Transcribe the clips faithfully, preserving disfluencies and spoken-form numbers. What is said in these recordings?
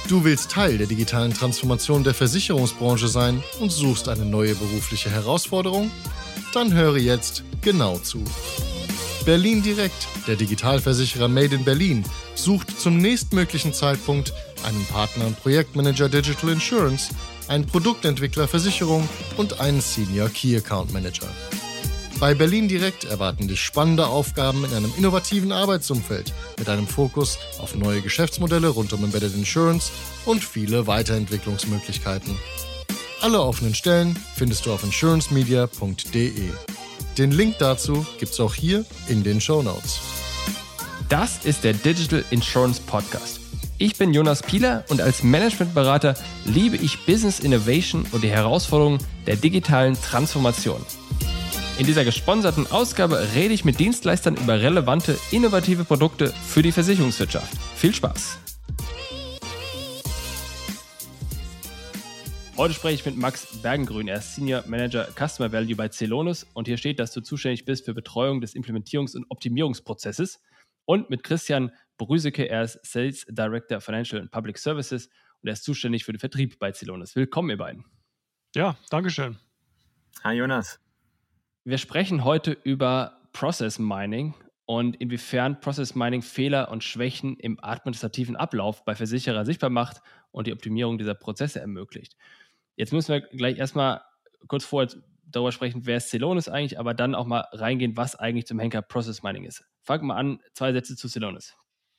Du willst Teil der digitalen Transformation der Versicherungsbranche sein und suchst eine neue berufliche Herausforderung? Dann höre jetzt genau zu. Berlin Direkt, der Digitalversicherer Made in Berlin, sucht zum nächstmöglichen Zeitpunkt einen Partner und Projektmanager Digital Insurance, einen Produktentwickler Versicherung und einen Senior Key Account Manager. Bei Berlin Direkt erwarten dich spannende Aufgaben in einem innovativen Arbeitsumfeld mit einem Fokus auf neue Geschäftsmodelle rund um Embedded Insurance und viele Weiterentwicklungsmöglichkeiten. Alle offenen Stellen findest du auf insurancemedia punkt de. Den Link dazu gibt's auch hier in den Shownotes. Das ist der Digital Insurance Podcast. Ich bin Jonas Pieler und als Managementberater liebe ich Business Innovation und die Herausforderungen der digitalen Transformation. In dieser gesponserten Ausgabe rede ich mit Dienstleistern über relevante, innovative Produkte für die Versicherungswirtschaft. Viel Spaß! Heute spreche ich mit Max Bergengrün. Er ist Senior Manager Customer Value bei Celonis und hier steht, dass du zuständig bist für Betreuung des Implementierungs- und Optimierungsprozesses. Und mit Christian Brüseke, er ist Sales Director Financial and Public Services und er ist zuständig für den Vertrieb bei Celonis. Willkommen, ihr beiden. Ja, danke schön. Hi Jonas. Wir sprechen heute über Process Mining und inwiefern Process Mining Fehler und Schwächen im administrativen Ablauf bei Versicherer sichtbar macht und die Optimierung dieser Prozesse ermöglicht. Jetzt müssen wir gleich erstmal kurz vorher darüber sprechen, wer ist Celonis eigentlich, aber dann auch mal reingehen, was eigentlich zum Henker Process Mining ist. Fangen wir an, zwei Sätze zu Celonis.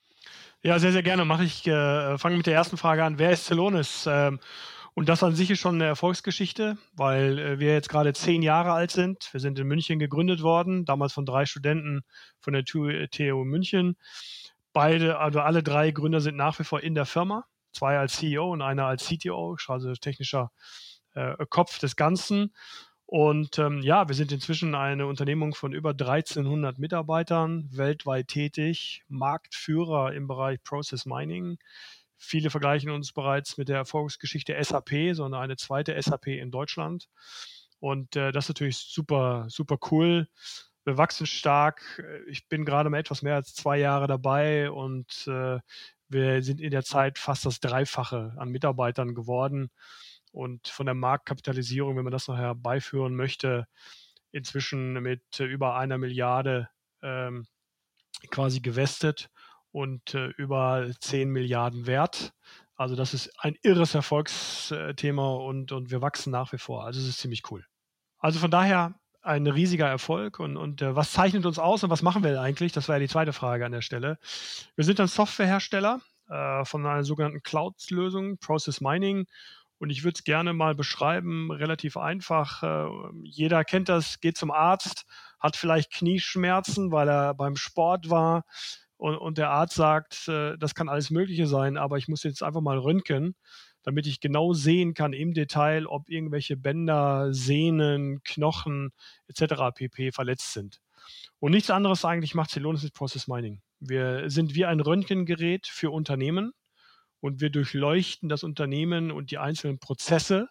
Ja, sehr, sehr gerne. Mache ich, äh, fange mit der ersten Frage an. Wer ist Celonis? Ähm, und das an sich ist schon eine Erfolgsgeschichte, weil äh, wir jetzt gerade zehn Jahre alt sind. Wir sind in München gegründet worden, damals von drei Studenten von der T U München. Beide, also alle drei Gründer sind nach wie vor in der Firma. Zwei als C E O und einer als C T O, also technischer äh, Kopf des Ganzen. Und ähm, ja, wir sind inzwischen eine Unternehmung von über dreizehnhundert Mitarbeitern, weltweit tätig, Marktführer im Bereich Process Mining. Viele vergleichen uns bereits mit der Erfolgsgeschichte S A P, sondern eine zweite S A P in Deutschland. Und äh, das ist natürlich super, super cool. Wir wachsen stark. Ich bin gerade mal etwas mehr als zwei Jahre dabei und äh, wir sind in der Zeit fast das Dreifache an Mitarbeitern geworden. Und von der Marktkapitalisierung, wenn man das noch herbeiführen möchte, inzwischen mit äh, über einer Milliarde ähm, quasi gewestet und äh, über zehn Milliarden wert. Also das ist ein irres Erfolgsthema und, und wir wachsen nach wie vor. Also es ist ziemlich cool. Also von daher ein riesiger Erfolg. Und, und äh, was zeichnet uns aus und was machen wir eigentlich? Das war ja die zweite Frage an der Stelle. Wir sind ein Softwarehersteller äh, von einer sogenannten Cloud-Lösung, Process Mining. Und ich würde es gerne mal beschreiben, relativ einfach. Äh, jeder kennt das, geht zum Arzt, hat vielleicht Knieschmerzen, weil er beim Sport war. Und, und der Arzt sagt, äh, das kann alles Mögliche sein, aber ich muss jetzt einfach mal röntgen, damit ich genau sehen kann im Detail, ob irgendwelche Bänder, Sehnen, Knochen et cetera pp. Verletzt sind. Und nichts anderes eigentlich macht Celonis mit Process Mining. Wir sind wie ein Röntgengerät für Unternehmen und wir durchleuchten das Unternehmen und die einzelnen Prozesse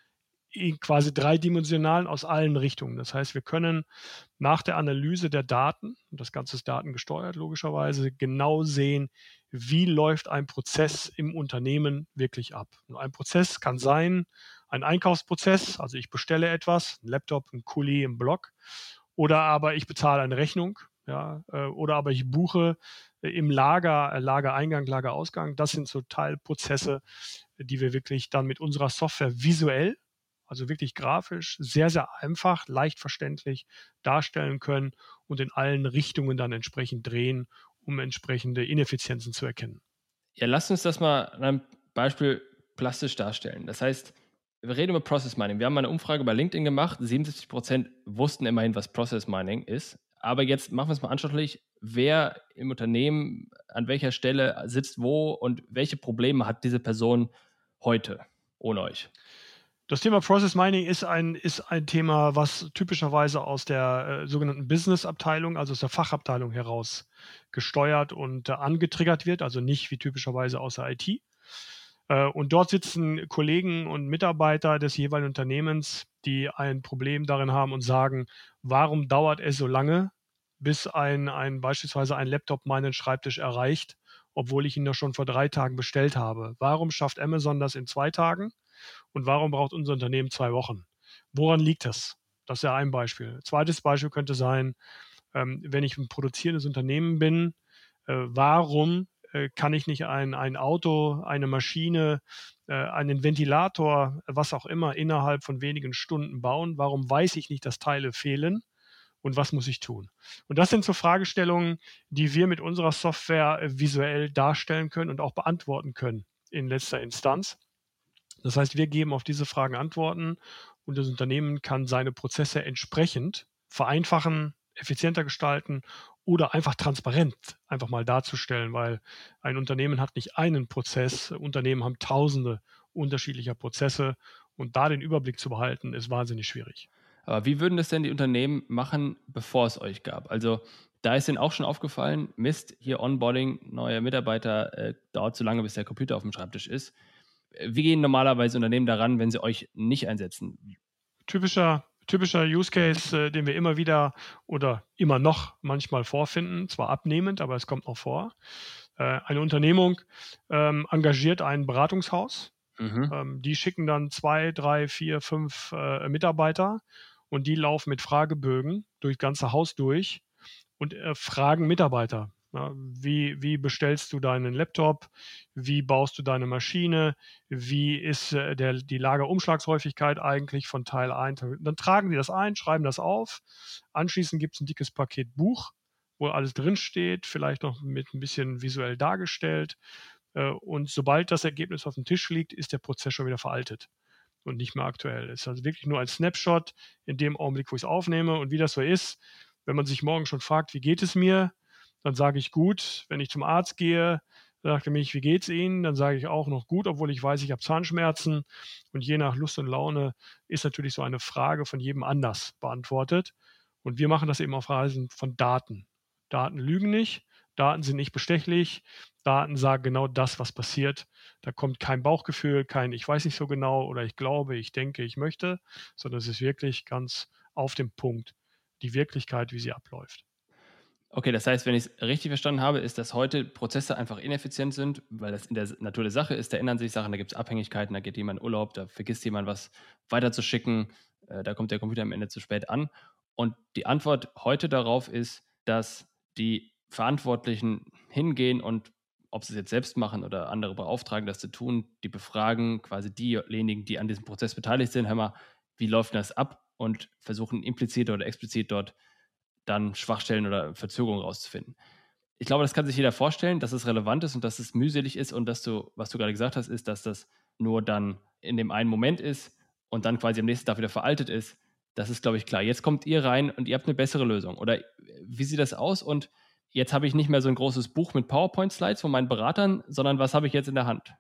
in quasi dreidimensional aus allen Richtungen. Das heißt, wir können nach der Analyse der Daten, und das Ganze ist datengesteuert logischerweise, genau sehen, wie läuft ein Prozess im Unternehmen wirklich ab. Und ein Prozess kann sein, ein Einkaufsprozess, also ich bestelle etwas, ein Laptop, ein Kuli, ein Block, oder aber ich bezahle eine Rechnung, ja, oder aber ich buche im Lager, Lagereingang, Lagerausgang. Das sind so Teilprozesse, die wir wirklich dann mit unserer Software visuell, also wirklich grafisch, sehr, sehr einfach, leicht verständlich darstellen können und in allen Richtungen dann entsprechend drehen, um entsprechende Ineffizienzen zu erkennen. Ja, lasst uns das mal an einem Beispiel plastisch darstellen. Das heißt, wir reden über Process Mining. Wir haben mal eine Umfrage bei LinkedIn gemacht. siebenundsiebzig Prozent wussten immerhin, was Process Mining ist. Aber jetzt machen wir es mal anschaulich, wer im Unternehmen an welcher Stelle sitzt wo und welche Probleme hat diese Person heute ohne euch? Das Thema Process Mining ist ein, ist ein Thema, was typischerweise aus der äh, sogenannten Business-Abteilung, also aus der Fachabteilung heraus gesteuert und äh, angetriggert wird, also nicht wie typischerweise aus der I T. Äh, und dort sitzen Kollegen und Mitarbeiter des jeweiligen Unternehmens, die ein Problem darin haben und sagen, warum dauert es so lange, bis ein, ein beispielsweise ein Laptop meinen Schreibtisch erreicht obwohl ich ihn doch schon vor drei Tagen bestellt habe? Warum schafft Amazon das in zwei Tagen und warum braucht unser Unternehmen zwei Wochen? Woran liegt das? Das ist ja ein Beispiel. Zweites Beispiel könnte sein, ähm, wenn ich ein produzierendes Unternehmen bin, äh, warum äh, kann ich nicht ein, ein Auto, eine Maschine, äh, einen Ventilator, was auch immer, innerhalb von wenigen Stunden bauen? Warum weiß ich nicht, dass Teile fehlen? Und was muss ich tun? Und das sind so Fragestellungen, die wir mit unserer Software äh, visuell darstellen können und auch beantworten können in letzter Instanz. Das heißt, wir geben auf diese Fragen Antworten und das Unternehmen kann seine Prozesse entsprechend vereinfachen, effizienter gestalten oder einfach transparent einfach mal darzustellen, weil ein Unternehmen hat nicht einen Prozess, Unternehmen haben tausende unterschiedlicher Prozesse und da den Überblick zu behalten, ist wahnsinnig schwierig. Aber wie würden das denn die Unternehmen machen, bevor es euch gab? Also da ist Ihnen auch schon aufgefallen, Mist, hier Onboarding, neue Mitarbeiter, äh, dauert zu lange, bis der Computer auf dem Schreibtisch ist. Wie gehen normalerweise Unternehmen daran, wenn sie euch nicht einsetzen? Typischer, typischer Use Case, äh, den wir immer wieder oder immer noch manchmal vorfinden, zwar abnehmend, aber es kommt noch vor. Äh, eine Unternehmung ähm, engagiert ein Beratungshaus. Mhm. Ähm, die schicken dann zwei, drei, vier, fünf äh, Mitarbeiter und die laufen mit Fragebögen durch das ganze Haus durch und äh, fragen Mitarbeiter. Ja, wie, wie bestellst du deinen Laptop? Wie baust du deine Maschine? Wie ist äh, der, die Lagerumschlagshäufigkeit eigentlich von Teil eins? Dann tragen die das ein, schreiben das auf. Anschließend gibt es ein dickes Paket Buch, wo alles drinsteht, vielleicht noch mit ein bisschen visuell dargestellt. Äh, und sobald das Ergebnis auf dem Tisch liegt, ist der Prozess schon wieder veraltet und nicht mehr aktuell. Es ist also wirklich nur ein Snapshot in dem Augenblick, wo ich es aufnehme. Und wie das so ist, wenn man sich morgen schon fragt, wie geht es mir, dann sage ich gut. Wenn ich zum Arzt gehe, sagt er mich, wie geht's Ihnen? Dann sage ich auch noch gut, obwohl ich weiß, ich habe Zahnschmerzen. Und je nach Lust und Laune ist natürlich so eine Frage von jedem anders beantwortet. Und wir machen das eben auf Basis von Daten. Daten lügen nicht, Daten sind nicht bestechlich, Daten sagen genau das, was passiert. Da kommt kein Bauchgefühl, kein ich weiß nicht so genau oder ich glaube, ich denke, ich möchte, sondern es ist wirklich ganz auf dem Punkt die Wirklichkeit, wie sie abläuft. Okay, das heißt, wenn ich es richtig verstanden habe, ist, dass heute Prozesse einfach ineffizient sind, weil das in der Natur der Sache ist, da ändern sich Sachen, da gibt es Abhängigkeiten, da geht jemand in Urlaub, da vergisst jemand was weiterzuschicken, äh, da kommt der Computer am Ende zu spät an. Und die Antwort heute darauf ist, dass die Verantwortlichen hingehen und, ob sie es jetzt selbst machen oder andere beauftragen, das zu tun, die befragen quasi diejenigen, die an diesem Prozess beteiligt sind, hör mal, wie läuft das ab und versuchen implizit oder explizit dort dann Schwachstellen oder Verzögerungen rauszufinden. Ich glaube, das kann sich jeder vorstellen, dass es relevant ist und dass es mühselig ist und dass du, was du gerade gesagt hast, ist, dass das nur dann in dem einen Moment ist und dann quasi am nächsten Tag wieder veraltet ist. Das ist, glaube ich, klar. Jetzt kommt ihr rein und ihr habt eine bessere Lösung. Oder wie sieht das aus? Und jetzt habe ich nicht mehr so ein großes Buch mit PowerPoint-Slides von meinen Beratern, sondern was habe ich jetzt in der Hand?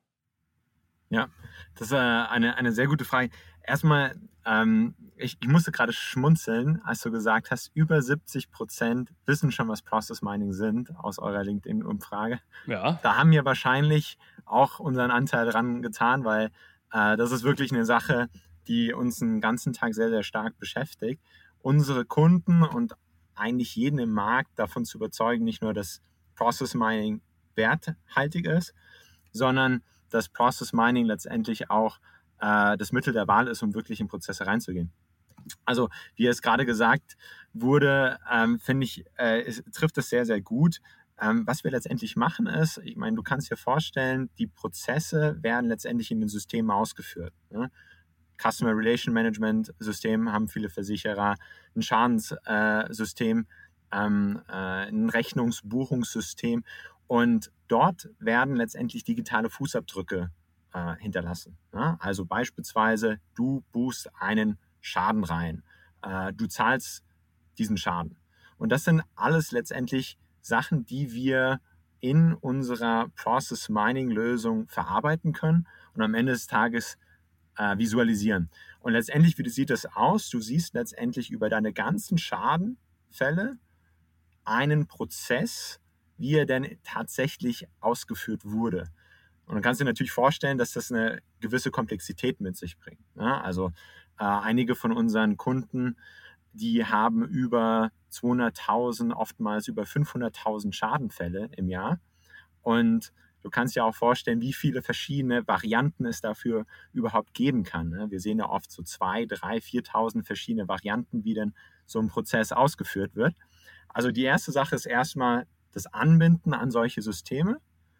Ja, das ist äh, eine, eine sehr gute Frage. Erstmal, ähm, ich, ich musste gerade schmunzeln, als du gesagt hast, über siebzig Prozent wissen schon, was Process Mining sind, aus eurer LinkedIn-Umfrage. Ja. Da haben wir wahrscheinlich auch unseren Anteil dran getan, weil äh, das ist wirklich eine Sache, die uns den ganzen Tag sehr, sehr stark beschäftigt. Unsere Kunden und eigentlich jeden im Markt davon zu überzeugen, nicht nur, dass Process Mining werthaltig ist, sondern dass Process Mining letztendlich auch äh, das Mittel der Wahl ist, um wirklich in Prozesse reinzugehen. Also, wie es gerade gesagt wurde, ähm, finde ich, äh, es trifft es sehr, sehr gut. Ähm, was wir letztendlich machen ist, ich meine, du kannst dir vorstellen, die Prozesse werden letztendlich in den Systemen ausgeführt. Ne? Customer Relation Management System haben viele Versicherer, ein Schadenssystem, ähm, äh, ein Rechnungsbuchungssystem. Und dort werden letztendlich digitale Fußabdrücke äh, hinterlassen. Ja? Also beispielsweise, du buchst einen Schaden rein. Äh, du zahlst diesen Schaden. Und das sind alles letztendlich Sachen, die wir in unserer Process Mining Lösung verarbeiten können und am Ende des Tages äh, visualisieren. Und letztendlich, wie sieht das aus? Du siehst letztendlich über deine ganzen Schadenfälle einen Prozess, wie er denn tatsächlich ausgeführt wurde. Und dann kannst du dir natürlich vorstellen, dass das eine gewisse Komplexität mit sich bringt. Ja, also äh, einige von unseren Kunden, die haben über zweihunderttausend, oftmals über fünfhunderttausend Schadenfälle im Jahr. Und du kannst dir auch vorstellen, wie viele verschiedene Varianten es dafür überhaupt geben kann. Ne? Wir sehen ja oft so zwei, drei, viertausend verschiedene Varianten, wie denn so ein Prozess ausgeführt wird. Also die erste Sache ist erstmal das Anbinden an solche Systeme.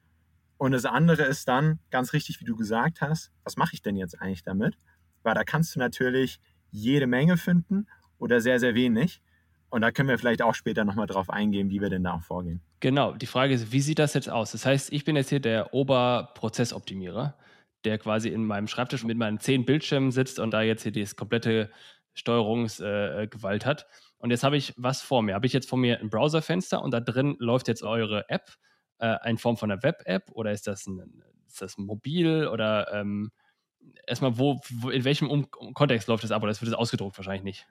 Und das andere ist dann, ganz richtig, wie du gesagt hast, was mache ich denn jetzt eigentlich damit? Weil da kannst du natürlich jede Menge finden oder sehr, sehr wenig. Und da können wir vielleicht auch später nochmal drauf eingehen, wie wir denn da auch vorgehen. Genau, die Frage ist, wie sieht das jetzt aus? Das heißt, ich bin jetzt hier der Oberprozessoptimierer, der quasi in meinem Schreibtisch mit meinen zehn Bildschirmen sitzt und da jetzt hier das komplette Steuerungsgewalt äh, hat. Und jetzt habe ich was vor mir. Habe ich jetzt vor mir ein Browserfenster und da drin läuft jetzt eure App äh, in Form von einer Web-App oder ist das ein, ist das ein Mobil oder ähm, erstmal, wo, wo, in welchem um Kontext läuft das ab? Oder das wird es ausgedruckt wahrscheinlich nicht.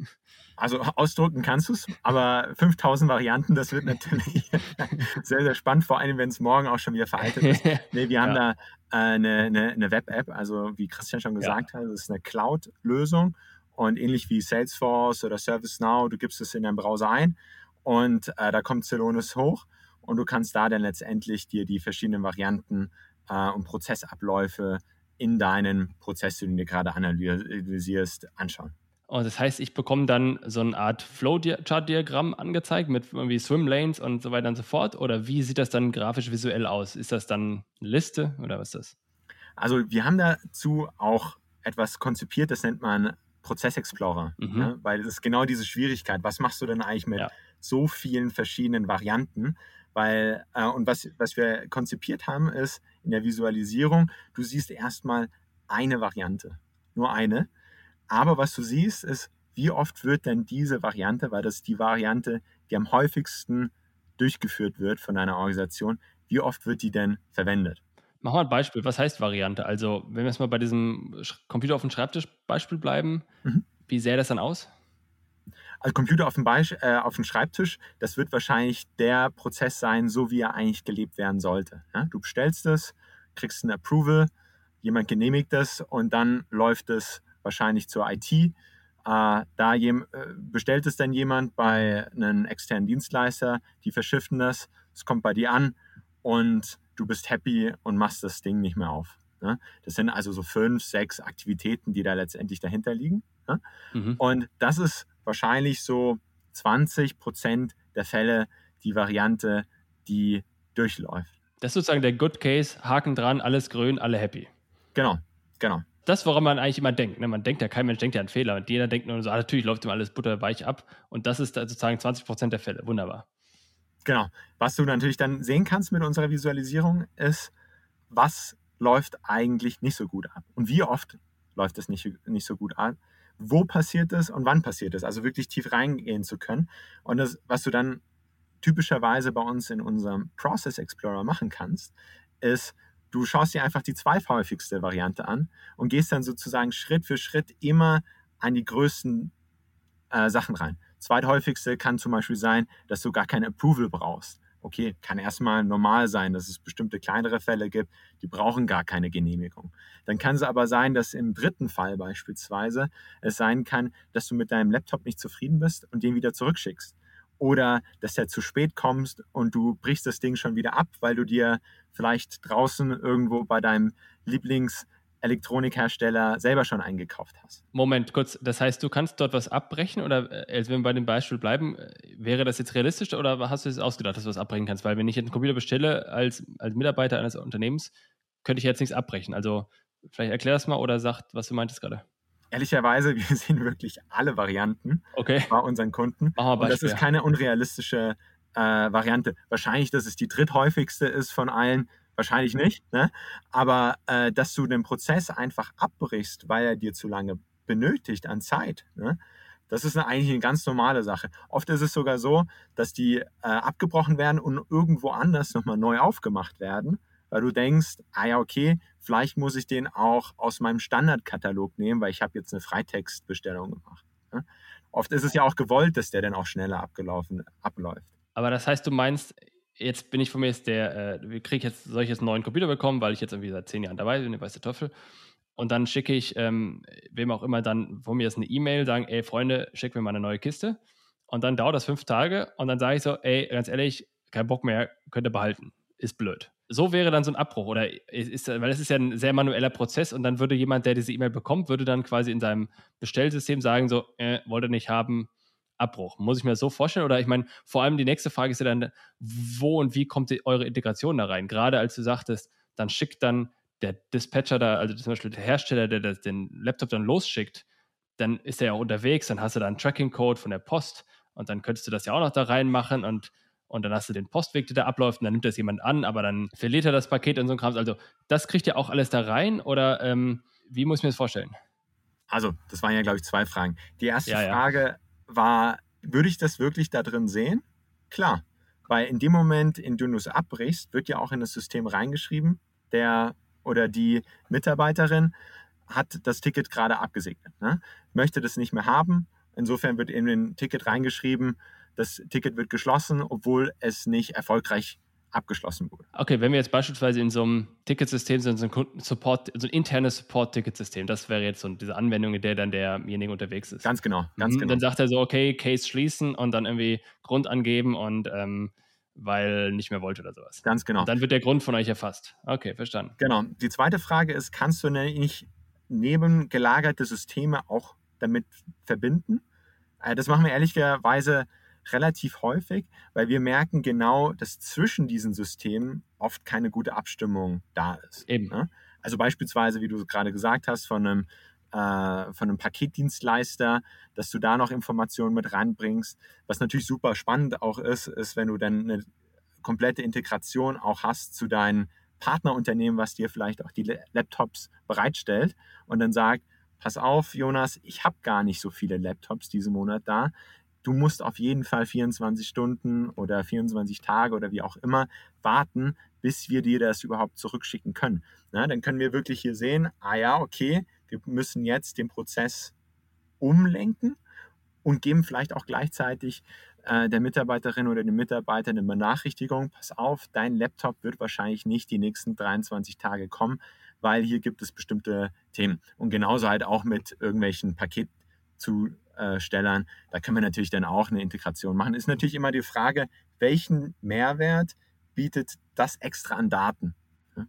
Also ausdrucken kannst du es, aber fünftausend Varianten, das wird natürlich sehr, sehr spannend, vor allem, wenn es morgen auch schon wieder veraltet ist. Nee, wir haben ja. da äh, eine, eine, eine Web-App, also wie Christian schon gesagt ja. hat, das ist eine Cloud-Lösung und ähnlich wie Salesforce oder ServiceNow, du gibst es in deinen Browser ein und äh, da kommt Celonis hoch und du kannst da dann letztendlich dir die verschiedenen Varianten äh, und Prozessabläufe in deinen Prozess, den du gerade analysierst, anschauen. Und das heißt, ich bekomme dann so eine Art Flowchart-Diagramm angezeigt mit irgendwie Swimlanes und so weiter und so fort? Oder wie sieht das dann grafisch visuell aus? Ist das dann eine Liste oder was ist das? Also wir haben dazu auch etwas konzipiert, das nennt man Prozess-Explorer. Mhm. Ja, weil das ist genau diese Schwierigkeit. Was machst du denn eigentlich mit ja. so vielen verschiedenen Varianten? Weil, äh, und was, was wir konzipiert haben, ist in der Visualisierung, du siehst erstmal eine Variante, nur eine. Aber was du siehst, ist, wie oft wird denn diese Variante, weil das ist die Variante, die am häufigsten durchgeführt wird von deiner Organisation, wie oft wird die denn verwendet? Mach mal ein Beispiel. Was heißt Variante? Also, wenn wir jetzt mal bei diesem Computer auf dem Schreibtisch Beispiel bleiben, mhm. wie sähe das dann aus? Also Computer auf dem, Beisch, äh, auf dem Schreibtisch, das wird wahrscheinlich der Prozess sein, so wie er eigentlich gelebt werden sollte. Ja? Du bestellst es, kriegst ein Approval, jemand genehmigt das und dann läuft es wahrscheinlich zur I T. Äh, da jem, äh, bestellt es dann jemand bei einem externen Dienstleister, die verschiffen das, es kommt bei dir an und du bist happy und machst das Ding nicht mehr auf. Ne? Das sind also so fünf, sechs Aktivitäten, die da letztendlich dahinter liegen. Ne? Mhm. Und das ist wahrscheinlich so zwanzig Prozent der Fälle die Variante, die durchläuft. Das ist sozusagen der Good Case, Haken dran, alles grün, alle happy. Genau, genau. Das, woran man eigentlich immer denkt. Ne? Man denkt ja, kein Mensch denkt ja an Fehler. Und jeder denkt nur so, ah, natürlich läuft ihm alles butterweich ab. Und das ist sozusagen zwanzig Prozent der Fälle. Wunderbar. Genau. Was du natürlich dann sehen kannst mit unserer Visualisierung ist, was läuft eigentlich nicht so gut ab? Und wie oft läuft es nicht, nicht so gut ab? Wo passiert es und wann passiert es? Also wirklich tief reingehen zu können. Und das, was du dann typischerweise bei uns in unserem Process Explorer machen kannst, ist, du schaust dir einfach die zweithäufigste Variante an und gehst dann sozusagen Schritt für Schritt immer an die größten äh, Sachen rein. Zweithäufigste kann zum Beispiel sein, dass du gar kein Approval brauchst. Okay, kann erstmal normal sein, dass es bestimmte kleinere Fälle gibt, die brauchen gar keine Genehmigung. Dann kann es aber sein, dass im dritten Fall beispielsweise es sein kann, dass du mit deinem Laptop nicht zufrieden bist und den wieder zurückschickst. Oder dass der zu spät kommst und du brichst das Ding schon wieder ab, weil du dir vielleicht draußen irgendwo bei deinem Lieblingselektronikhersteller selber schon eingekauft hast. Moment, kurz. Das heißt, du kannst dort was abbrechen? Oder also wenn wir bei dem Beispiel bleiben, wäre das jetzt realistisch oder hast du es ausgedacht, dass du was abbrechen kannst? Weil wenn ich jetzt einen Computer bestelle als, als Mitarbeiter eines Unternehmens, könnte ich jetzt nichts abbrechen. Also vielleicht erklär das mal oder sag, was du meintest gerade. Ehrlicherweise, wir sehen wirklich alle Varianten okay. bei unseren Kunden. Und das ist keine unrealistische äh, Variante. Wahrscheinlich, dass es die dritthäufigste ist von allen, wahrscheinlich nicht. Ne? Aber äh, dass du den Prozess einfach abbrichst, weil er dir zu lange benötigt an Zeit, ne? Das ist eine, eigentlich eine ganz normale Sache. Oft ist es sogar so, dass die äh, abgebrochen werden und irgendwo anders nochmal neu aufgemacht werden, weil du denkst, ah ja, okay, vielleicht muss ich den auch aus meinem Standardkatalog nehmen, weil ich habe jetzt eine Freitextbestellung gemacht. Ne? Oft ist es ja auch gewollt, dass der dann auch schneller abgelaufen abläuft. Aber das heißt, du meinst, jetzt bin ich von mir jetzt der, äh, kriege jetzt, soll ich jetzt einen neuen Computer bekommen, weil ich jetzt irgendwie seit zehn Jahren dabei bin, weiß der Teufel. Und dann schicke ich, ähm, wem auch immer dann von mir jetzt eine E-Mail, sagen, ey Freunde, schick mir mal eine neue Kiste. Und dann dauert das fünf Tage und dann sage ich so, ey, ganz ehrlich, kein Bock mehr, könnt ihr behalten. ist blöd. So wäre dann so ein Abbruch, oder ist, weil es ist ja ein sehr manueller Prozess und dann würde jemand, der diese E-Mail bekommt, würde dann quasi in seinem Bestellsystem sagen, so, äh, wollte nicht haben, Abbruch. Muss ich mir das so vorstellen? Oder ich meine, vor allem die nächste Frage ist ja dann, wo und wie kommt die, eure Integration da rein? Gerade als du sagtest, dann schickt dann der Dispatcher da, also zum Beispiel der Hersteller, der das, den Laptop dann losschickt, dann ist er ja auch unterwegs, dann hast du da einen Tracking-Code von der Post und dann könntest du das ja auch noch da reinmachen und, und dann hast du den Postweg, der da abläuft und dann nimmt das jemand an, aber dann verliert er das Paket und so ein Kram. Also das kriegt ihr auch alles da rein oder ähm, wie muss ich mir das vorstellen? Also, das waren ja, glaube ich, zwei Fragen. Die erste Ja, ja. Frage war, würde ich das wirklich da drin sehen? Klar, weil in dem Moment, in dem du es abbrichst, wird ja auch in das System reingeschrieben, der oder die Mitarbeiterin hat das Ticket gerade abgesegnet, ne? Möchte das nicht mehr haben. Insofern wird in den Ticket reingeschrieben, das Ticket wird geschlossen, obwohl es nicht erfolgreich abgeschlossen wurde. Okay, wenn wir jetzt beispielsweise in so einem Ticketsystem sind, so ein Kundensupport, so ein internes Support-Ticketsystem, das wäre jetzt so diese Anwendung, in der dann derjenige unterwegs ist. Ganz genau, ganz mhm, genau. Dann sagt er so, okay, Case schließen und dann irgendwie Grund angeben und ähm, weil nicht mehr wollte oder sowas. Ganz genau. Und dann wird der Grund von euch erfasst. Okay, verstanden. Genau. Die zweite Frage ist, kannst du nicht nebengelagerte Systeme auch damit verbinden? Das machen wir ehrlicherweise relativ häufig, weil wir merken genau, dass zwischen diesen Systemen oft keine gute Abstimmung da ist. Eben. Ne? Also beispielsweise, wie du gerade gesagt hast, von einem, äh, von einem Paketdienstleister, dass du da noch Informationen mit reinbringst. Was natürlich super spannend auch ist, ist, wenn du dann eine komplette Integration auch hast zu deinen Partnerunternehmen, was dir vielleicht auch die Laptops bereitstellt und dann sagt, pass auf, Jonas, ich habe gar nicht so viele Laptops diesen Monat da. Du musst auf jeden Fall vierundzwanzig Stunden oder vierundzwanzig Tage oder wie auch immer warten, bis wir dir das überhaupt zurückschicken können. Na, dann können wir wirklich hier sehen, ah ja, okay, wir müssen jetzt den Prozess umlenken und geben vielleicht auch gleichzeitig äh, der Mitarbeiterin oder dem Mitarbeiter eine Benachrichtigung, pass auf, dein Laptop wird wahrscheinlich nicht die nächsten dreiundzwanzig Tage kommen, weil hier gibt es bestimmte Themen. Und genauso halt auch mit irgendwelchen Paketzustellern, da können wir natürlich dann auch eine Integration machen. Ist natürlich immer die Frage, welchen Mehrwert bietet das extra an Daten? Ja?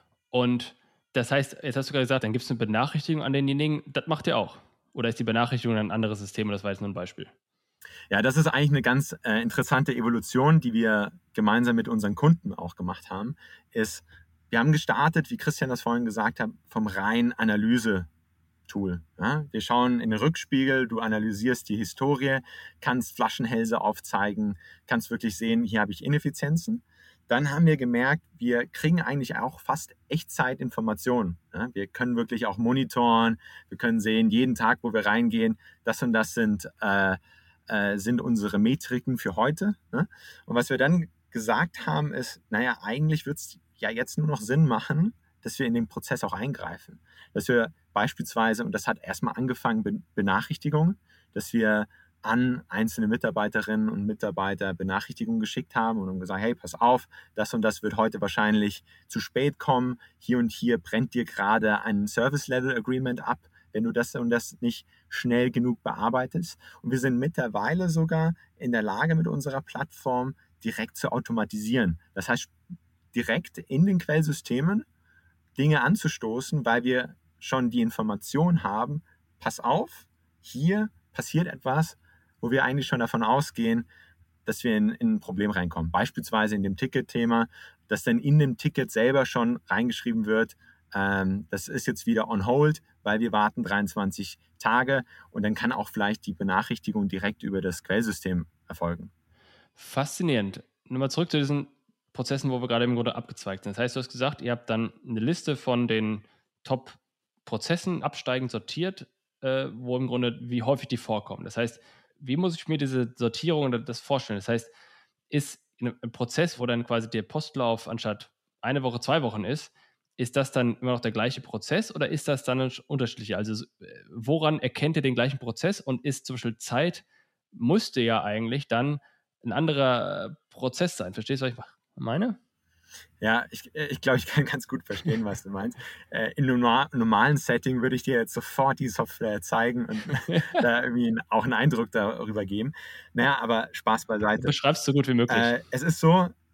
Und das heißt, jetzt hast du gerade gesagt, dann gibt es eine Benachrichtigung an denjenigen, das macht ihr auch. Oder ist die Benachrichtigung ein anderes System? Das war jetzt nur ein Beispiel. Ja, das ist eigentlich eine ganz äh, interessante Evolution, die wir gemeinsam mit unseren Kunden auch gemacht haben, ist, wir haben gestartet, wie Christian das vorhin gesagt hat, vom reinen Analyse-Tool. Ja, wir schauen in den Rückspiegel, du analysierst die Historie, kannst Flaschenhälse aufzeigen, kannst wirklich sehen, hier habe ich Ineffizienzen. Dann haben wir gemerkt, wir kriegen eigentlich auch fast Echtzeitinformationen. Ja, wir können wirklich auch monitoren, wir können sehen, jeden Tag, wo wir reingehen, das und das sind, äh, äh, sind unsere Metriken für heute. Ne? Und was wir dann gesagt haben, ist, naja, eigentlich wird es ja jetzt nur noch Sinn machen, dass wir in den Prozess auch eingreifen. Dass wir beispielsweise, und das hat erstmal angefangen mit Benachrichtigungen, dass wir an einzelne Mitarbeiterinnen und Mitarbeiter Benachrichtigungen geschickt haben und haben gesagt, hey, pass auf, das und das wird heute wahrscheinlich zu spät kommen. Hier und hier brennt dir gerade ein Service-Level-Agreement ab, wenn du das und das nicht schnell genug bearbeitest. Und wir sind mittlerweile sogar in der Lage, mit unserer Plattform direkt zu automatisieren. Das heißt, direkt in den Quellsystemen Dinge anzustoßen, weil wir schon die Information haben, pass auf, hier passiert etwas, wo wir eigentlich schon davon ausgehen, dass wir in, in ein Problem reinkommen. Beispielsweise in dem Ticket-Thema, dass dann in dem Ticket selber schon reingeschrieben wird, ähm, das ist jetzt wieder on hold, weil wir warten dreiundzwanzig Tage und dann kann auch vielleicht die Benachrichtigung direkt über das Quellsystem erfolgen. Faszinierend. Nochmal zurück zu diesen Prozessen, wo wir gerade im Grunde abgezweigt sind. Das heißt, du hast gesagt, ihr habt dann eine Liste von den Top-Prozessen absteigend sortiert, äh, wo im Grunde, wie häufig die vorkommen. Das heißt, wie muss ich mir diese Sortierung oder das vorstellen? Das heißt, ist ein Prozess, wo dann quasi der Postlauf anstatt eine Woche, zwei Wochen ist, ist das dann immer noch der gleiche Prozess oder ist das dann unterschiedlich? Also woran erkennt ihr den gleichen Prozess und ist zum Beispiel Zeit, müsste ja eigentlich dann ein anderer Prozess sein. Verstehst du, was ich meine? Ja, ich, ich glaube, ich kann ganz gut verstehen, was du meinst. Äh, in einem normalen Setting würde ich dir jetzt sofort die Software zeigen und da irgendwie auch einen Eindruck darüber geben. Naja, aber Spaß beiseite. Du beschreibst es so gut wie möglich. Äh, es ist so,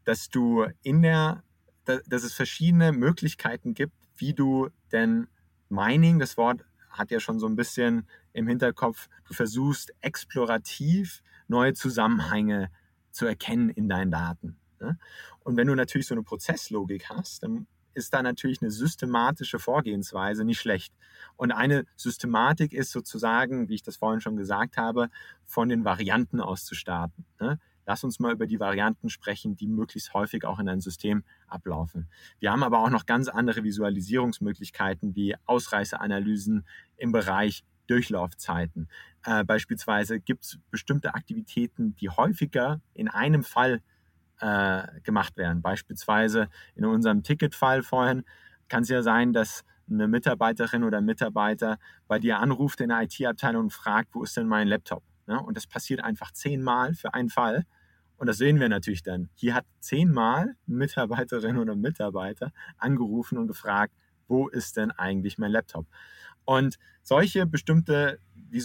dass du in der, dass es verschiedene Möglichkeiten gibt, wie du denn Mining, das Wort hat ja schon so ein bisschen im Hinterkopf, du versuchst explorativ neue Zusammenhänge zu erkennen in deinen Daten. Ne? Und wenn du natürlich so eine Prozesslogik hast, dann ist da natürlich eine systematische Vorgehensweise nicht schlecht. Und eine Systematik ist sozusagen, wie ich das vorhin schon gesagt habe, von den Varianten aus zu starten. Ne? Lass uns mal über die Varianten sprechen, die möglichst häufig auch in einem System ablaufen. Wir haben aber auch noch ganz andere Visualisierungsmöglichkeiten wie Ausreißeranalysen im Bereich Durchlaufzeiten. Äh, beispielsweise gibt es bestimmte Aktivitäten, die häufiger in einem Fall äh, gemacht werden. Beispielsweise in unserem Ticketfall vorhin kann es ja sein, dass eine Mitarbeiterin oder Mitarbeiter bei dir anruft in der I T-Abteilung und fragt, wo ist denn mein Laptop? Ja, und das passiert einfach zehnmal für einen Fall. Und das sehen wir natürlich dann. Hier hat zehnmal eine Mitarbeiterin oder Mitarbeiter angerufen und gefragt, wo ist denn eigentlich mein Laptop? Und solche bestimmte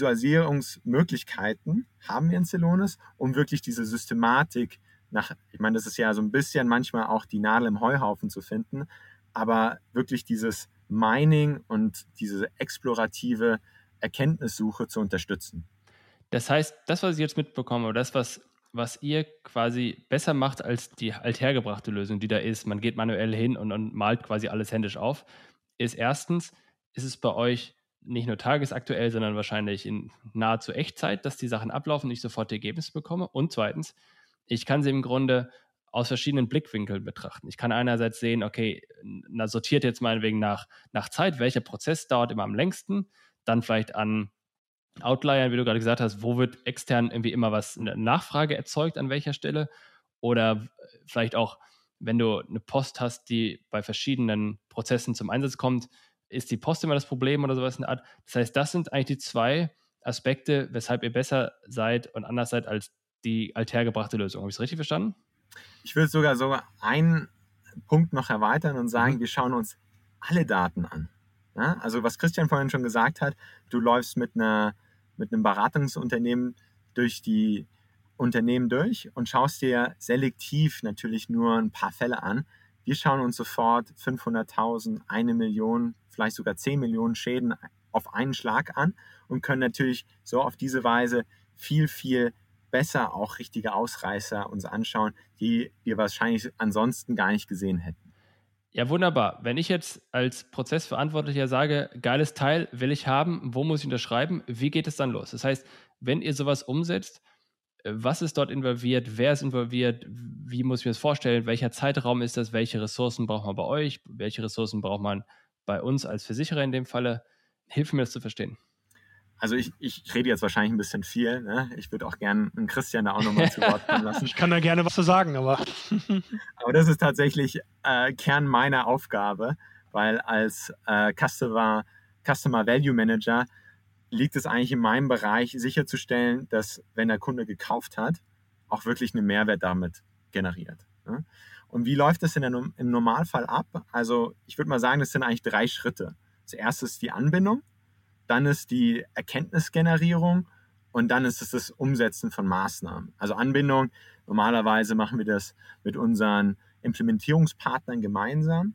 Visualisierungsmöglichkeiten haben wir in Celonis, um wirklich diese Systematik nach, ich meine, das ist ja so ein bisschen manchmal auch die Nadel im Heuhaufen zu finden, aber wirklich dieses Mining und diese explorative Erkenntnissuche zu unterstützen. Das heißt, das, was ich jetzt mitbekomme, oder das, was, was ihr quasi besser macht als die althergebrachte Lösung, die da ist, man geht manuell hin und, und malt quasi alles händisch auf, ist erstens, ist es bei euch nicht nur tagesaktuell, sondern wahrscheinlich in nahezu Echtzeit, dass die Sachen ablaufen und ich sofort die Ergebnisse bekomme. Und zweitens, ich kann sie im Grunde aus verschiedenen Blickwinkeln betrachten. Ich kann einerseits sehen, okay, na, sortiert jetzt meinetwegen nach, nach Zeit, welcher Prozess dauert immer am längsten, dann vielleicht an Outlier, wie du gerade gesagt hast, wo wird extern irgendwie immer was, eine Nachfrage erzeugt, an welcher Stelle, oder vielleicht auch, wenn du eine Post hast, die bei verschiedenen Prozessen zum Einsatz kommt, ist die Post immer das Problem oder sowas in der Art. Das heißt, das sind eigentlich die zwei Aspekte, weshalb ihr besser seid und anders seid als die althergebrachte Lösung. Habe ich es richtig verstanden? Ich würde sogar so einen Punkt noch erweitern und sagen, Mhm. wir schauen uns alle Daten an. Ja, also was Christian vorhin schon gesagt hat, du läufst mit, einer, mit einem Beratungsunternehmen durch die Unternehmen durch und schaust dir selektiv natürlich nur ein paar Fälle an. Wir schauen uns sofort fünfhunderttausend, eine Million, vielleicht sogar zehn Millionen Schäden auf einen Schlag an und können natürlich so auf diese Weise viel, viel besser auch richtige Ausreißer uns anschauen, die wir wahrscheinlich ansonsten gar nicht gesehen hätten. Ja, wunderbar. Wenn ich jetzt als Prozessverantwortlicher sage, geiles Teil will ich haben, wo muss ich unterschreiben, wie geht es dann los? Das heißt, wenn ihr sowas umsetzt, was ist dort involviert, wer ist involviert, wie muss ich mir das vorstellen, welcher Zeitraum ist das, welche Ressourcen braucht man bei euch, welche Ressourcen braucht man bei uns als Versicherer in dem Falle? Hilf mir das zu verstehen. Also ich, ich rede jetzt wahrscheinlich ein bisschen viel. Ne? Ich würde auch gerne einen Christian da auch nochmal zu Wort kommen lassen. Ich kann da gerne was zu sagen, aber... aber das ist tatsächlich äh, Kern meiner Aufgabe, weil als äh, Customer, Customer Value Manager liegt es eigentlich in meinem Bereich, sicherzustellen, dass, wenn der Kunde gekauft hat, auch wirklich einen Mehrwert damit generiert. Ne? Und wie läuft das in der, im Normalfall ab? Also ich würde mal sagen, das sind eigentlich drei Schritte. Zuerst ist die Anbindung, dann ist die Erkenntnisgenerierung und dann ist es das Umsetzen von Maßnahmen. Also Anbindung, normalerweise machen wir das mit unseren Implementierungspartnern gemeinsam.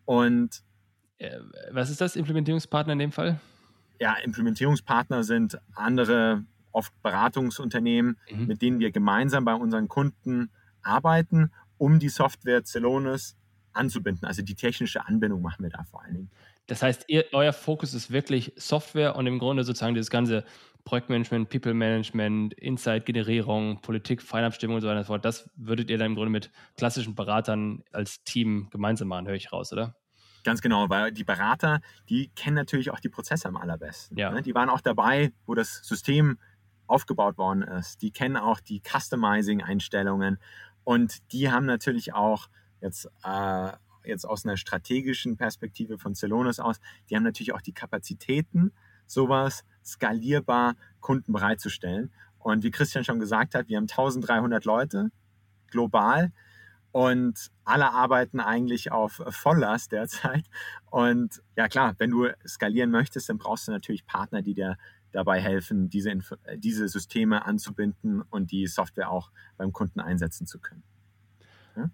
Und äh, was ist das, Implementierungspartner in dem Fall? Ja, Implementierungspartner sind andere, oft Beratungsunternehmen, mhm. mit denen wir gemeinsam bei unseren Kunden arbeiten, um die Software Celonis anzubinden. Also die technische Anbindung machen wir da vor allen Dingen. Das heißt, ihr, euer Fokus ist wirklich Software und im Grunde sozusagen dieses ganze Projektmanagement, People Management, Insight-Generierung, Politik, Feinabstimmung und so weiter und so fort. Das würdet ihr dann im Grunde mit klassischen Beratern als Team gemeinsam machen, höre ich raus, oder? Ganz genau, weil die Berater, die kennen natürlich auch die Prozesse am allerbesten. Ja. Ne? Die waren auch dabei, wo das System aufgebaut worden ist. Die kennen auch die Customizing-Einstellungen und die haben natürlich auch jetzt, äh, jetzt aus einer strategischen Perspektive von Celonis aus, die haben natürlich auch die Kapazitäten, sowas skalierbar Kunden bereitzustellen. Und wie Christian schon gesagt hat, wir haben dreizehnhundert Leute global. Und alle arbeiten eigentlich auf Volllast derzeit. Und ja klar, wenn du skalieren möchtest, dann brauchst du natürlich Partner, die dir dabei helfen, diese, Inf- diese Systeme anzubinden und die Software auch beim Kunden einsetzen zu können. Ja?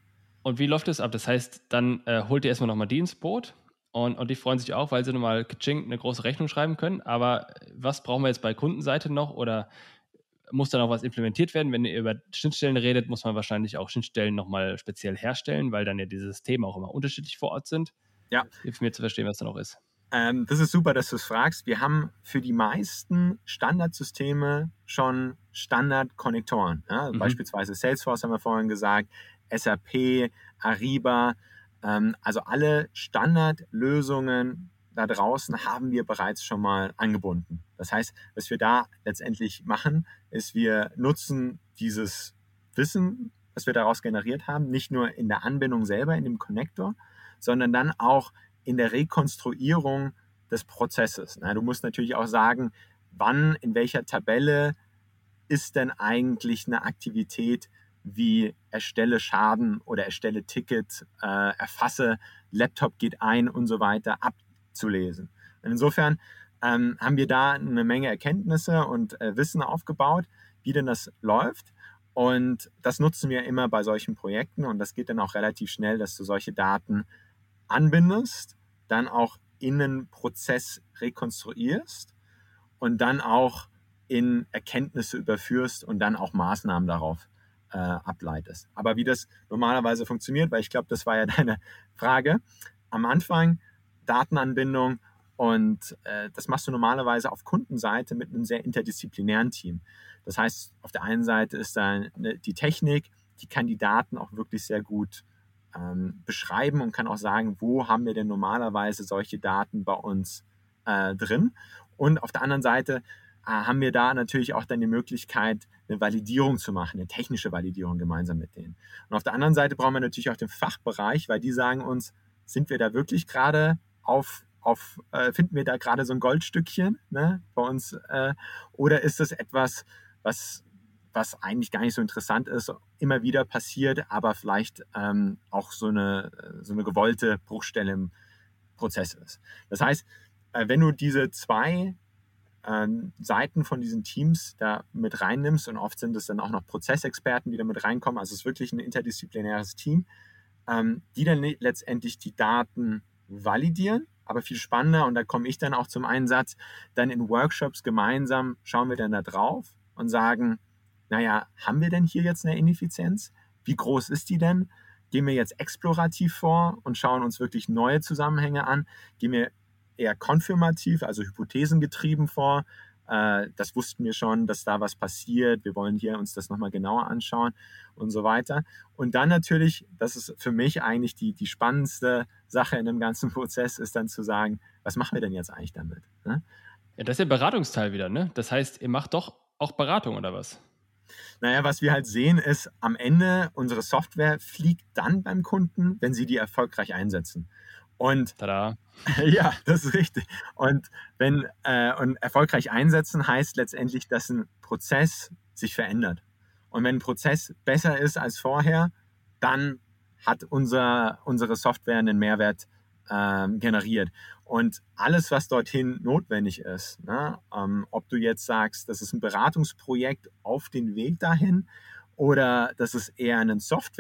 Und wie läuft das ab? Das heißt, dann äh, holt ihr erstmal nochmal die ins Boot und, und die freuen sich auch, weil sie nochmal kaching eine große Rechnung schreiben können. Aber was brauchen wir jetzt bei Kundenseite noch oder muss dann auch was implementiert werden? Wenn ihr über Schnittstellen redet, muss man wahrscheinlich auch Schnittstellen nochmal speziell herstellen, weil dann ja diese Systeme auch immer unterschiedlich vor Ort sind. Ja. Hilf mir zu verstehen, was da noch ist. Ähm, das ist super, dass du es fragst. Wir haben für die meisten Standardsysteme schon Standardkonnektoren. Ja? Mhm. Beispielsweise Salesforce haben wir vorhin gesagt, S A P, Ariba. Ähm, also alle Standardlösungen da draußen haben wir bereits schon mal angebunden. Das heißt, was wir da letztendlich machen, ist, wir nutzen dieses Wissen, was wir daraus generiert haben, nicht nur in der Anbindung selber, in dem Connector, sondern dann auch in der Rekonstruierung des Prozesses. Na, du musst natürlich auch sagen, wann, in welcher Tabelle ist denn eigentlich eine Aktivität wie erstelle Schaden oder erstelle Ticket, äh, erfasse, Laptop geht ein und so weiter abzulesen. Und insofern ähm, haben wir da eine Menge Erkenntnisse und äh, Wissen aufgebaut, wie denn das läuft. Und das nutzen wir immer bei solchen Projekten und das geht dann auch relativ schnell, dass du solche Daten anbindest, dann auch in einen Prozess rekonstruierst und dann auch in Erkenntnisse überführst und dann auch Maßnahmen darauf äh, ableitest. Aber wie das normalerweise funktioniert, weil ich glaube, das war ja deine Frage, am Anfang Datenanbindung und äh, das machst du normalerweise auf Kundenseite mit einem sehr interdisziplinären Team. Das heißt, auf der einen Seite ist da die Technik, die kann die Daten auch wirklich sehr gut ähm, beschreiben und kann auch sagen, wo haben wir denn normalerweise solche Daten bei uns äh, drin. Und auf der anderen Seite äh, haben wir da natürlich auch dann die Möglichkeit, eine Validierung zu machen, eine technische Validierung gemeinsam mit denen. Und auf der anderen Seite brauchen wir natürlich auch den Fachbereich, weil die sagen uns, sind wir da wirklich gerade auf Auf, äh, finden wir da gerade so ein Goldstückchen, ne, bei uns äh, oder ist das etwas, was, was eigentlich gar nicht so interessant ist, immer wieder passiert, aber vielleicht ähm, auch so eine, so eine gewollte Bruchstelle im Prozess ist. Das heißt, äh, wenn du diese zwei äh, Seiten von diesen Teams da mit reinnimmst und oft sind es dann auch noch Prozessexperten, die da mit reinkommen, also es ist wirklich ein interdisziplinäres Team, ähm, die dann letztendlich die Daten validieren, aber viel spannender, und da komme ich dann auch zum Einsatz, dann in Workshops gemeinsam schauen wir dann da drauf und sagen, naja, haben wir denn hier jetzt eine Ineffizienz? Wie groß ist die denn? Gehen wir jetzt explorativ vor und schauen uns wirklich neue Zusammenhänge an? Gehen wir eher konfirmativ, also hypothesengetrieben vor? Äh, das wussten wir schon, dass da was passiert. Wir wollen hier uns das nochmal genauer anschauen und so weiter. Und dann natürlich, das ist für mich eigentlich die, die spannendste Sache in dem ganzen Prozess, ist dann zu sagen, was machen wir denn jetzt eigentlich damit? Ne? Ja, das ist der Beratungsteil wieder, ne? Das heißt, ihr macht doch auch Beratung oder was? Naja, was wir halt sehen ist, am Ende, unsere Software fliegt dann beim Kunden, wenn sie die erfolgreich einsetzen. Und Tada. Ja, das ist richtig. Und wenn äh, und erfolgreich einsetzen heißt letztendlich, dass ein Prozess sich verändert. Und wenn ein Prozess besser ist als vorher, dann hat unser, unsere Software einen Mehrwert äh, generiert. Und alles, was dorthin notwendig ist, ne, ähm, ob du jetzt sagst, das ist ein Beratungsprojekt auf den Weg dahin oder das ist eher ein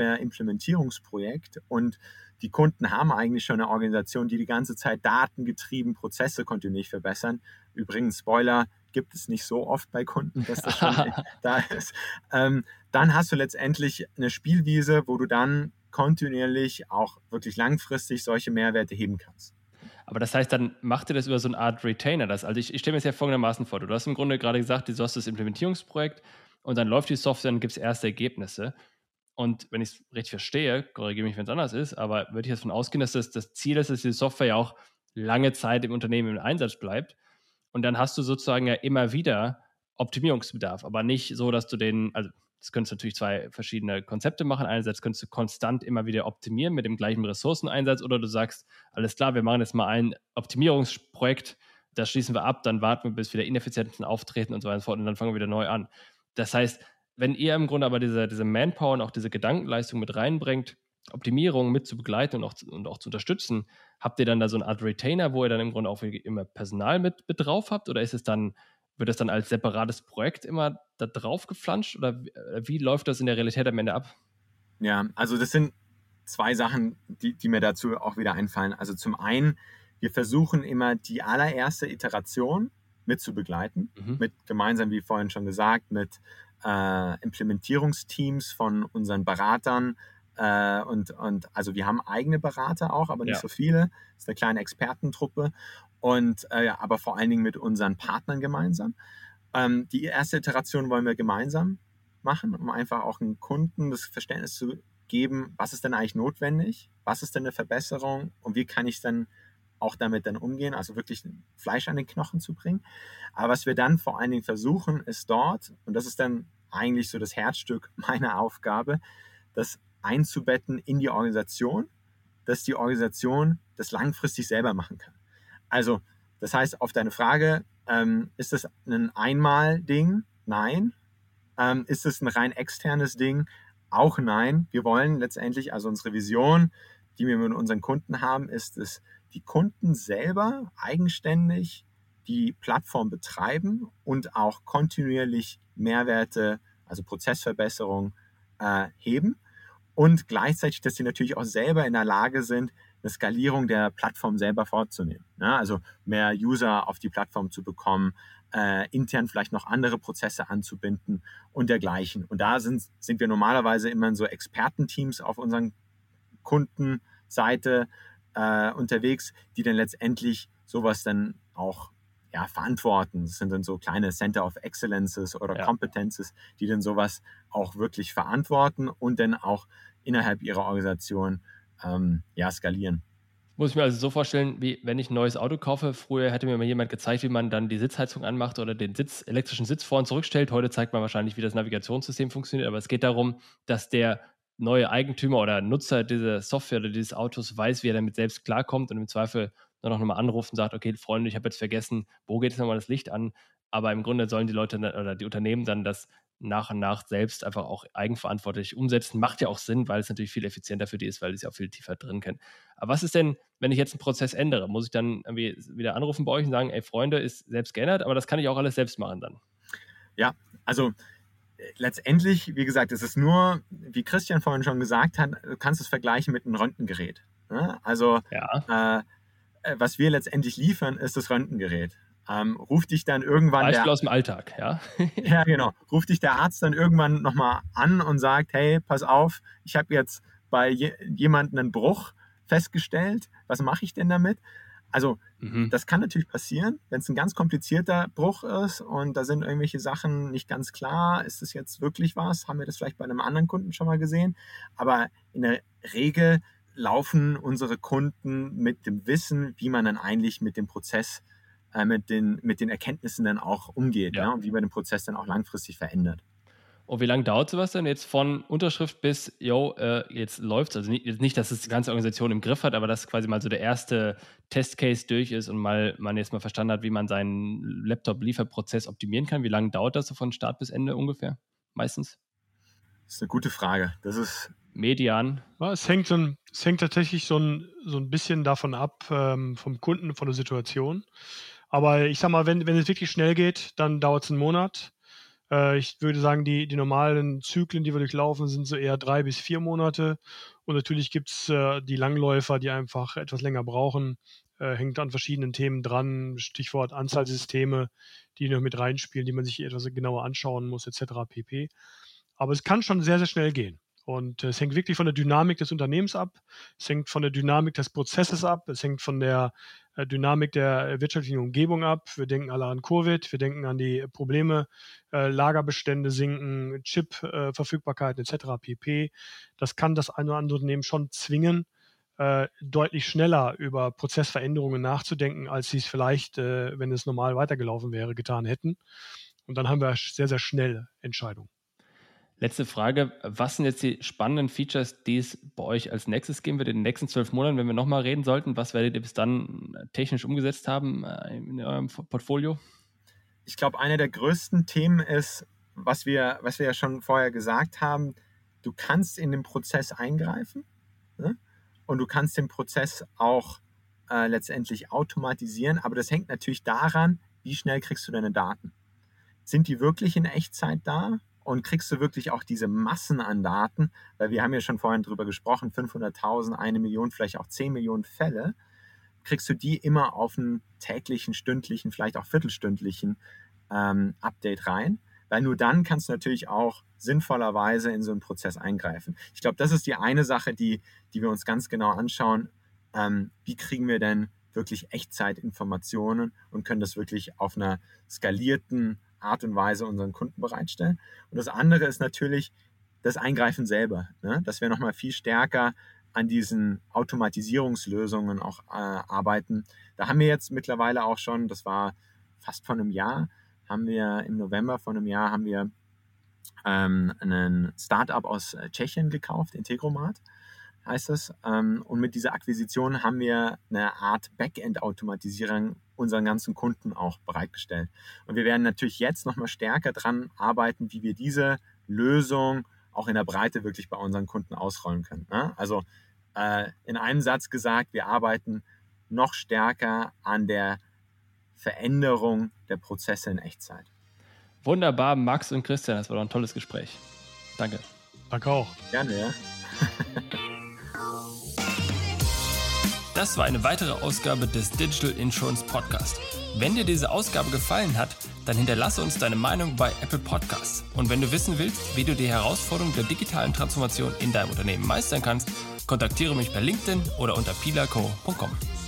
Software-Implementierungsprojekt und die Kunden haben eigentlich schon eine Organisation, die die ganze Zeit datengetrieben Prozesse kontinuierlich verbessern. Übrigens, Spoiler, gibt es nicht so oft bei Kunden, dass das schon da ist. Ähm, dann hast du letztendlich eine Spielwiese, wo du dann kontinuierlich auch wirklich langfristig solche Mehrwerte heben kannst. Aber das heißt, dann macht ihr das über so eine Art Retainer. Das, also ich, ich stelle mir das ja folgendermaßen vor. Du hast im Grunde gerade gesagt, du hast das Implementierungsprojekt und dann läuft die Software und gibt es erste Ergebnisse. Und wenn ich es richtig verstehe, korrigiere mich, wenn es anders ist, aber würde ich jetzt davon ausgehen, dass das, das Ziel ist, dass die Software ja auch lange Zeit im Unternehmen im Einsatz bleibt. Und dann hast du sozusagen ja immer wieder Optimierungsbedarf, aber nicht so, dass du den, also das könntest du natürlich zwei verschiedene Konzepte machen. Einerseits könntest du konstant immer wieder optimieren mit dem gleichen Ressourceneinsatz oder du sagst, alles klar, wir machen jetzt mal ein Optimierungsprojekt, das schließen wir ab, dann warten wir, bis wieder Ineffizienzen auftreten und so weiter und so fort und dann fangen wir wieder neu an. Das heißt, wenn ihr im Grunde aber diese, diese Manpower und auch diese Gedankenleistung mit reinbringt, Optimierung mit zu begleiten und auch, und auch zu unterstützen, habt ihr dann da so eine Art Retainer, wo ihr dann im Grunde auch immer Personal mit, mit drauf habt oder ist es dann, wird das dann als separates Projekt immer da drauf geflanscht oder wie, wie läuft das in der Realität am Ende ab? Ja, also das sind zwei Sachen, die, die mir dazu auch wieder einfallen. Also zum einen, wir versuchen immer die allererste Iteration mit zu begleiten, mhm. mit gemeinsam, wie vorhin schon gesagt, mit äh, Implementierungsteams von unseren Beratern. Äh, und, und also wir haben eigene Berater auch, aber nicht ja. so viele. Das ist eine kleine Expertentruppe. Und äh, aber vor allen Dingen mit unseren Partnern gemeinsam. Ähm, die erste Iteration wollen wir gemeinsam machen, um einfach auch einem Kunden das Verständnis zu geben, was ist denn eigentlich notwendig, was ist denn eine Verbesserung und wie kann ich dann auch damit dann umgehen, also wirklich Fleisch an den Knochen zu bringen. Aber was wir dann vor allen Dingen versuchen, ist dort, und das ist dann eigentlich so das Herzstück meiner Aufgabe, das einzubetten in die Organisation, dass die Organisation das langfristig selber machen kann. Also das heißt, auf deine Frage, ähm, ist das ein Einmal-Ding? Nein. Ähm, ist es ein rein externes Ding? Auch nein. Wir wollen letztendlich, also unsere Vision, die wir mit unseren Kunden haben, ist es, die Kunden selber eigenständig die Plattform betreiben und auch kontinuierlich Mehrwerte, also Prozessverbesserung, äh, heben und gleichzeitig, dass sie natürlich auch selber in der Lage sind, eine Skalierung der Plattform selber vorzunehmen. Ja, also mehr User auf die Plattform zu bekommen, äh, intern vielleicht noch andere Prozesse anzubinden und dergleichen. Und da sind, sind wir normalerweise immer in so Expertenteams auf unseren Kundenseite äh, unterwegs, die dann letztendlich sowas dann auch ja, verantworten. Das sind dann so kleine Center of Excellences oder ja. Competences, die dann sowas auch wirklich verantworten und dann auch innerhalb ihrer Organisation ähm, ja, skalieren. Muss ich mir also so vorstellen, wie wenn ich ein neues Auto kaufe. Früher hätte mir mal jemand gezeigt, wie man dann die Sitzheizung anmacht oder den Sitz, elektrischen Sitz vor und zurückstellt. Heute zeigt man wahrscheinlich, wie das Navigationssystem funktioniert. Aber es geht darum, dass der neue Eigentümer oder Nutzer dieser Software oder dieses Autos weiß, wie er damit selbst klarkommt und im Zweifel nur noch mal anruft und sagt, okay, Freunde, ich habe jetzt vergessen, wo geht jetzt nochmal das Licht an? Aber im Grunde sollen die Leute oder die Unternehmen dann das nach und nach selbst einfach auch eigenverantwortlich umsetzen. Macht ja auch Sinn, weil es natürlich viel effizienter für die ist, weil die es ja auch viel tiefer drin kennen. Aber was ist denn, wenn ich jetzt einen Prozess ändere? Muss ich dann irgendwie wieder anrufen bei euch und sagen, ey Freunde, ist selbst geändert, aber das kann ich auch alles selbst machen dann? Ja, also letztendlich, wie gesagt, es ist nur, wie Christian vorhin schon gesagt hat, du kannst es vergleichen mit einem Röntgengerät. Ja? Also ja. äh, was wir letztendlich liefern, ist das Röntgengerät. Ähm, ruft dich dann irgendwann Beispiel der, aus dem Alltag, ja? Ja, genau. Ruft dich der Arzt dann irgendwann nochmal an und sagt, hey, pass auf, ich habe jetzt bei je, jemandem einen Bruch festgestellt, was mache ich denn damit? Also mhm. das kann natürlich passieren, wenn es ein ganz komplizierter Bruch ist und da sind irgendwelche Sachen nicht ganz klar, ist das jetzt wirklich was? Haben wir das vielleicht bei einem anderen Kunden schon mal gesehen? Aber in der Regel laufen unsere Kunden mit dem Wissen, wie man dann eigentlich mit dem Prozess Mit den, mit den Erkenntnissen dann auch umgeht, ja. Ja, und wie man den Prozess dann auch langfristig verändert. Und wie lange dauert sowas denn jetzt von Unterschrift bis, yo, äh, jetzt läuft's? Also nicht, nicht, dass es die ganze Organisation im Griff hat, aber dass quasi mal so der erste Testcase durch ist und mal man jetzt mal verstanden hat, wie man seinen Laptop-Lieferprozess optimieren kann. Wie lange dauert das so von Start bis Ende ungefähr? Meistens? Das ist eine gute Frage. Das ist Median. Ja, es hängt, so ein, es hängt tatsächlich so ein, so ein bisschen davon ab, ähm, vom Kunden, von der Situation. Aber ich sag mal, wenn, wenn es wirklich schnell geht, dann dauert es einen Monat. Äh, ich würde sagen, die, die normalen Zyklen, die wir durchlaufen, sind so eher drei bis vier Monate. Und natürlich gibt es äh, die Langläufer, die einfach etwas länger brauchen. Äh, hängt an verschiedenen Themen dran. Stichwort Anzahlsysteme, die noch mit reinspielen, die man sich etwas genauer anschauen muss, et cetera pp. Aber es kann schon sehr, sehr schnell gehen. Und es hängt wirklich von der Dynamik des Unternehmens ab. Es hängt von der Dynamik des Prozesses ab. Es hängt von der äh, Dynamik der wirtschaftlichen Umgebung ab. Wir denken alle an Covid. Wir denken an die Probleme, äh, Lagerbestände sinken, Chip-Verfügbarkeiten äh, et cetera pp. Das kann das eine oder andere Unternehmen schon zwingen, äh, deutlich schneller über Prozessveränderungen nachzudenken, als sie es vielleicht, äh, wenn es normal weitergelaufen wäre, getan hätten. Und dann haben wir sehr, sehr schnell Entscheidungen. Letzte Frage, was sind jetzt die spannenden Features, die es bei euch als nächstes geben wird in den nächsten zwölf Monaten, wenn wir nochmal reden sollten? Was werdet ihr bis dann technisch umgesetzt haben in eurem Portfolio? Ich glaube, einer der größten Themen ist, was wir, was wir ja schon vorher gesagt haben, du kannst in den Prozess eingreifen, ne? Und du kannst den Prozess auch äh, letztendlich automatisieren, aber das hängt natürlich daran, wie schnell kriegst du deine Daten. Sind die wirklich in Echtzeit da? und kriegst du wirklich auch diese Massen an Daten, weil wir haben ja schon vorhin drüber gesprochen, fünfhunderttausend, eine Million, vielleicht auch zehn Millionen Fälle, kriegst du die immer auf einen täglichen, stündlichen, vielleicht auch viertelstündlichen ähm, Update rein, weil nur dann kannst du natürlich auch sinnvollerweise in so einen Prozess eingreifen. Ich glaube, das ist die eine Sache, die, die wir uns ganz genau anschauen. Ähm, wie kriegen wir denn wirklich Echtzeitinformationen und können das wirklich auf einer skalierten Art und Weise unseren Kunden bereitstellen. Und das andere ist natürlich das Eingreifen selber, ne? Dass wir nochmal viel stärker an diesen Automatisierungslösungen auch äh, arbeiten. Da haben wir jetzt mittlerweile auch schon, das war fast vor einem Jahr, haben wir im November vor einem Jahr haben wir ähm, einen Startup aus Tschechien gekauft, Integromat heißt es. Ähm, und mit dieser Akquisition haben wir eine Art Backend-Automatisierung unseren ganzen Kunden auch bereitgestellt. Und wir werden natürlich jetzt nochmal stärker dran arbeiten, wie wir diese Lösung auch in der Breite wirklich bei unseren Kunden ausrollen können. Ne? Also äh, in einem Satz gesagt, wir arbeiten noch stärker an der Veränderung der Prozesse in Echtzeit. Wunderbar, Max und Christian, das war doch ein tolles Gespräch. Danke. Danke auch. Gerne, ja. Das war eine weitere Ausgabe des Digital Insurance Podcast. Wenn dir diese Ausgabe gefallen hat, dann hinterlasse uns deine Meinung bei Apple Podcasts. Und wenn du wissen willst, wie du die Herausforderung der digitalen Transformation in deinem Unternehmen meistern kannst, kontaktiere mich per LinkedIn oder unter pilaco punkt com.